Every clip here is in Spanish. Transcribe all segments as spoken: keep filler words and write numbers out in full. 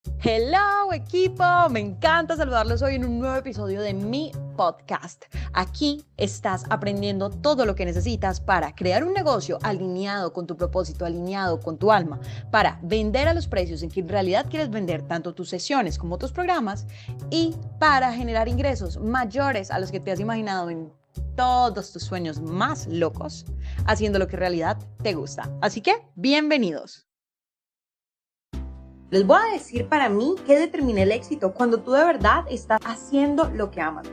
Hello equipo, me encanta saludarlos hoy en un nuevo episodio de mi podcast. Aquí estás aprendiendo todo lo que necesitas para crear un negocio alineado con tu propósito, alineado con tu alma, para vender a los precios en que en realidad quieres vender tanto tus sesiones como tus programas y para generar ingresos mayores a los que te has imaginado en todos tus sueños más locos, haciendo lo que en realidad te gusta. Así que, bienvenidos. Les voy a decir para mí qué determina el éxito cuando tú de verdad estás haciendo lo que amas.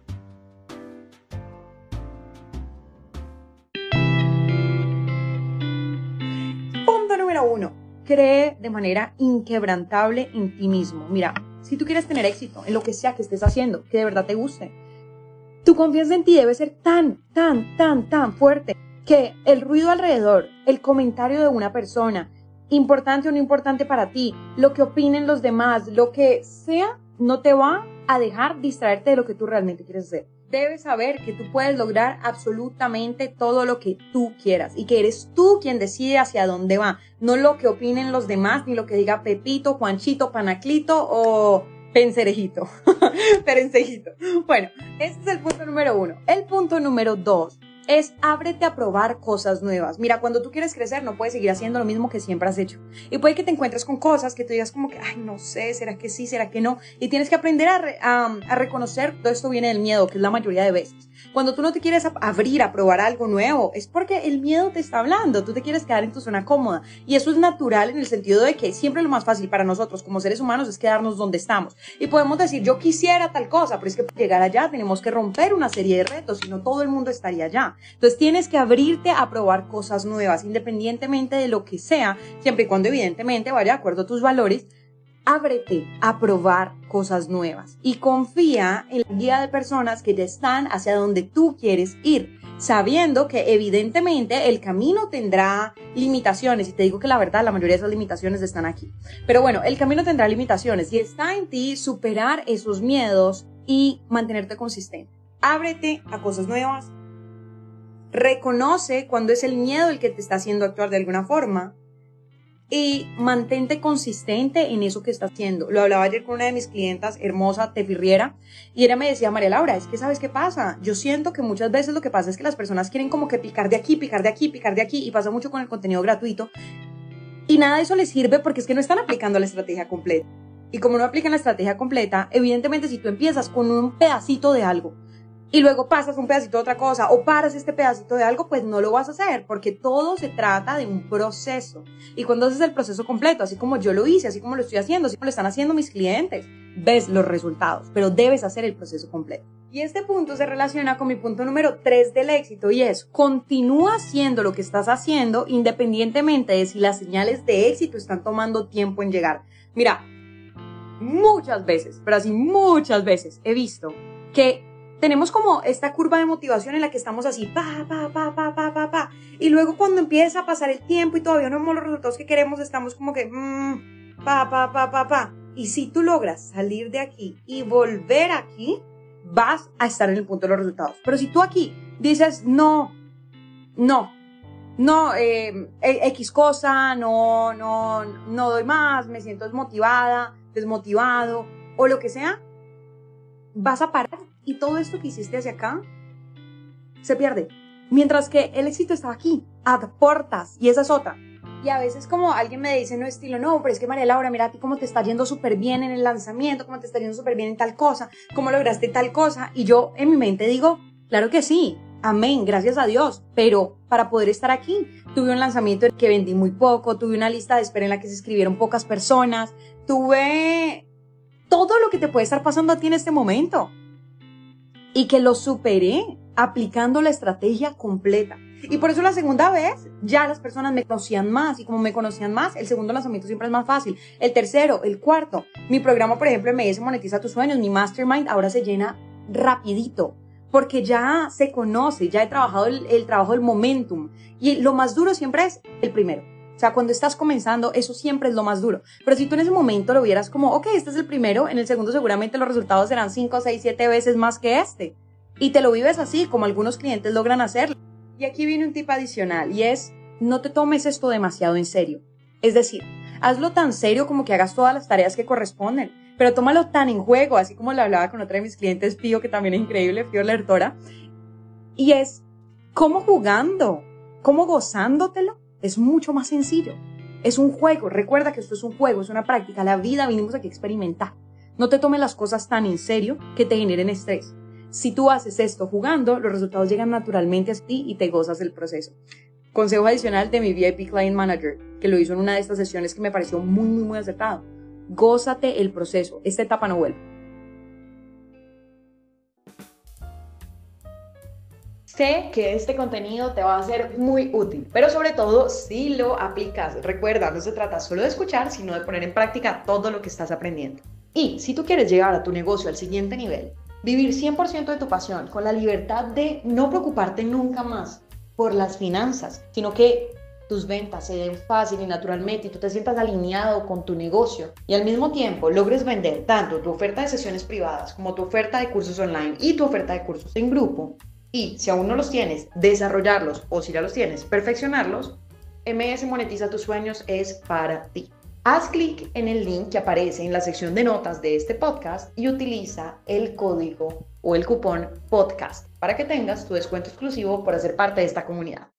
Punto número uno, cree de manera inquebrantable en ti mismo. Mira, si tú quieres tener éxito en lo que sea que estés haciendo, que de verdad te guste, tu confianza en ti debe ser tan, tan, tan, tan fuerte que el ruido alrededor, el comentario de una persona, importante o no importante para ti, lo que opinen los demás, lo que sea, no te va a dejar distraerte de lo que tú realmente quieres hacer. Debes saber que tú puedes lograr absolutamente todo lo que tú quieras y que eres tú quien decide hacia dónde va, no lo que opinen los demás, ni lo que diga Pepito, Juanchito, Panaclito o Pencerejito, Perencejito. Bueno, este es el punto número uno. El punto número dos es ábrete a probar cosas nuevas. Mira, cuando tú quieres crecer no puedes seguir haciendo lo mismo que siempre has hecho. Y puede que te encuentres con cosas que tú digas como que, ay, no sé, ¿será que sí? ¿Será que no? Y tienes que aprender a, re, a, a reconocer, todo esto viene del miedo, que es la mayoría de veces. Cuando tú no te quieres abrir a probar algo nuevo, es porque el miedo te está hablando, tú te quieres quedar en tu zona cómoda. Y eso es natural en el sentido de que siempre lo más fácil para nosotros como seres humanos es quedarnos donde estamos. Y podemos decir, yo quisiera tal cosa, pero es que para llegar allá tenemos que romper una serie de retos, si no todo el mundo estaría allá. Entonces tienes que abrirte a probar cosas nuevas, independientemente de lo que sea, siempre y cuando evidentemente vaya de acuerdo a tus valores. Ábrete a probar cosas nuevas y confía en la guía de personas que ya están hacia donde tú quieres ir, sabiendo que evidentemente el camino tendrá limitaciones, y te digo que la verdad la mayoría de esas limitaciones están aquí, pero bueno, el camino tendrá limitaciones y está en ti superar esos miedos y mantenerte consistente. Ábrete a cosas nuevas, reconoce cuando es el miedo el que te está haciendo actuar de alguna forma y mantente consistente en eso que estás haciendo. Lo hablaba ayer con una de mis clientas, hermosa, tefirriera, y ella me decía, María Laura, es que ¿sabes qué pasa? Yo siento que muchas veces lo que pasa es que las personas quieren como que picar de aquí, picar de aquí, picar de aquí, y pasa mucho con el contenido gratuito, y nada de eso les sirve porque es que no están aplicando la estrategia completa. Y como no aplican la estrategia completa, evidentemente si tú empiezas con un pedacito de algo, y luego pasas un pedacito de otra cosa o paras este pedacito de algo, pues no lo vas a hacer porque todo se trata de un proceso. Y cuando haces el proceso completo, así como yo lo hice, así como lo estoy haciendo, así como lo están haciendo mis clientes, ves los resultados, pero debes hacer el proceso completo. Y este punto se relaciona con mi punto número tres del éxito y es, continúa haciendo lo que estás haciendo independientemente de si las señales de éxito están tomando tiempo en llegar. Mira, muchas veces, pero así muchas veces he visto que tenemos como esta curva de motivación en la que estamos así, pa, pa, pa, pa, pa, pa, pa. Y luego cuando empieza a pasar el tiempo y todavía no vemos los resultados que queremos, estamos como que, mmm, pa, pa, pa, pa, pa. Y si tú logras salir de aquí y volver aquí, vas a estar en el punto de los resultados. Pero si tú aquí dices, no, no, no, eh, X cosa, no, no, no doy más, me siento desmotivada, desmotivado, o lo que sea, vas a parar. Y todo esto que hiciste hacia acá se pierde. Mientras que el éxito está aquí, aportas, y esa es otra. Y a veces como alguien me dice, no estilo, no, pero es que María Laura, mira a ti cómo te está yendo súper bien en el lanzamiento, cómo te está yendo súper bien en tal cosa, cómo lograste tal cosa. Y yo en mi mente digo, claro que sí, amén, gracias a Dios. Pero para poder estar aquí, tuve un lanzamiento que vendí muy poco, tuve una lista de espera en la que se escribieron pocas personas, tuve todo lo que te puede estar pasando a ti en este momento. Y que lo superé aplicando la estrategia completa. Y por eso la segunda vez ya las personas me conocían más. Y como me conocían más, el segundo lanzamiento siempre es más fácil. El tercero, el cuarto. Mi programa, por ejemplo, M S Monetiza tus Sueños, mi Mastermind, ahora se llena rapidito. Porque ya se conoce, ya he trabajado el, el trabajo del momentum. Y lo más duro siempre es el primero. O sea, cuando estás comenzando, eso siempre es lo más duro. Pero si tú en ese momento lo vieras como, ok, este es el primero, en el segundo seguramente los resultados serán cinco, seis, siete veces más que este. Y te lo vives así, como algunos clientes logran hacerlo. Y aquí viene un tip adicional, y es, no te tomes esto demasiado en serio. Es decir, hazlo tan serio como que hagas todas las tareas que corresponden, pero tómalo tan en juego, así como lo hablaba con otra de mis clientes, Pío, que también es increíble, Pío Lertora, y es como jugando, como gozándotelo, es mucho más sencillo. Es un juego, recuerda que esto es un juego, es una práctica, la vida vinimos aquí a experimentar. No te tomes las cosas tan en serio que te generen estrés. Si tú haces esto jugando, los resultados llegan naturalmente a ti y te gozas del proceso. Consejo adicional de mi V I P Client Manager, que lo hizo en una de estas sesiones que me pareció muy, muy, muy acertado. Gózate el proceso, esta etapa no vuelve. Sé que este contenido te va a ser muy útil, pero sobre todo si lo aplicas. Recuerda, no se trata solo de escuchar, sino de poner en práctica todo lo que estás aprendiendo. Y si tú quieres llegar a tu negocio al siguiente nivel, vivir cien por ciento de tu pasión con la libertad de no preocuparte nunca más por las finanzas, sino que tus ventas se den fácil y naturalmente y tú te sientas alineado con tu negocio y al mismo tiempo logres vender tanto tu oferta de sesiones privadas como tu oferta de cursos online y tu oferta de cursos en grupo, y si aún no los tienes, desarrollarlos, o si ya los tienes, perfeccionarlos, M S Monetiza tus sueños es para ti. Haz clic en el link que aparece en la sección de notas de este podcast y utiliza el código o el cupón podcast para que tengas tu descuento exclusivo por hacer parte de esta comunidad.